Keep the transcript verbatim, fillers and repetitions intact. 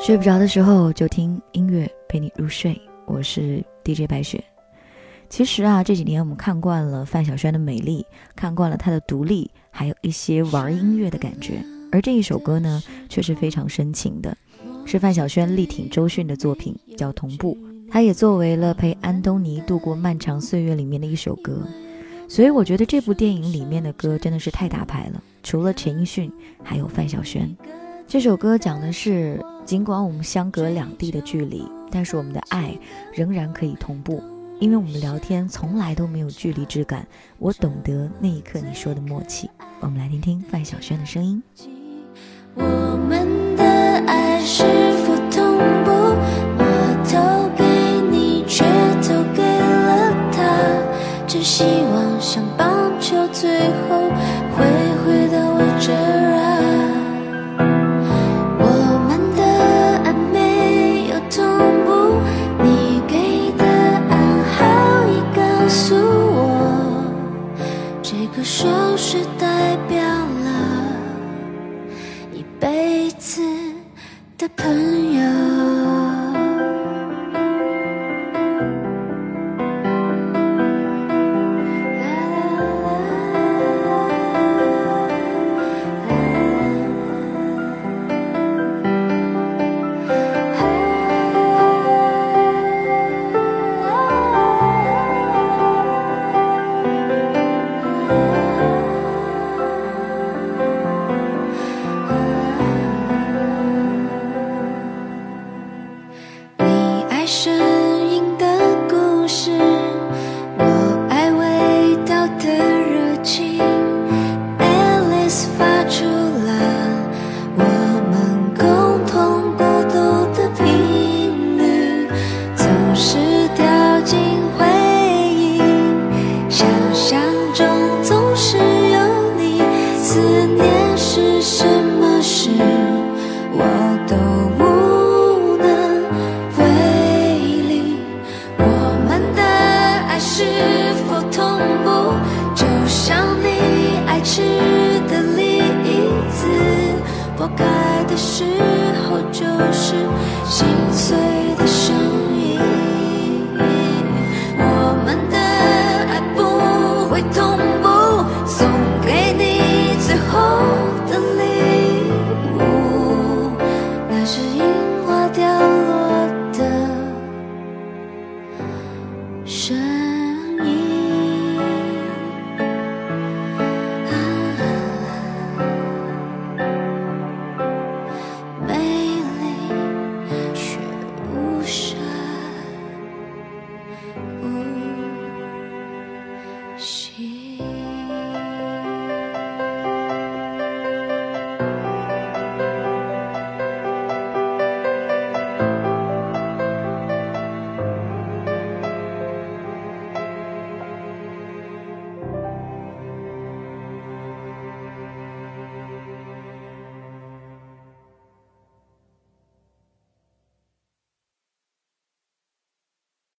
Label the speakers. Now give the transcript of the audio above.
Speaker 1: 睡不着的时候就听音乐陪你入睡，我是 D J 白雪。其实啊，这几年我们看惯了范晓萱的美丽，看惯了她的独立，还有一些玩音乐的感觉，而这一首歌呢却是非常深情的，是范晓萱力挺周迅的作品，叫《同步》，它也作为了陪安东尼度过漫长岁月里面的一首歌。所以我觉得这部电影里面的歌真的是太打牌了，除了陈奕迅还有范晓萱。这首歌讲的是，尽管我们相隔两地的距离，但是我们的爱仍然可以同步，因为我们聊天从来都没有距离之感，我懂得那一刻你说的默契。我们来听听范晓萱的声音。
Speaker 2: 我们的爱是否同步，我投给你却投给了他，只希望像棒球最后会回到我这儿啊。我们的爱没有同步，你给的暗号已告诉我，这个手势代表了一辈子的朋友。破开的时候就是心碎。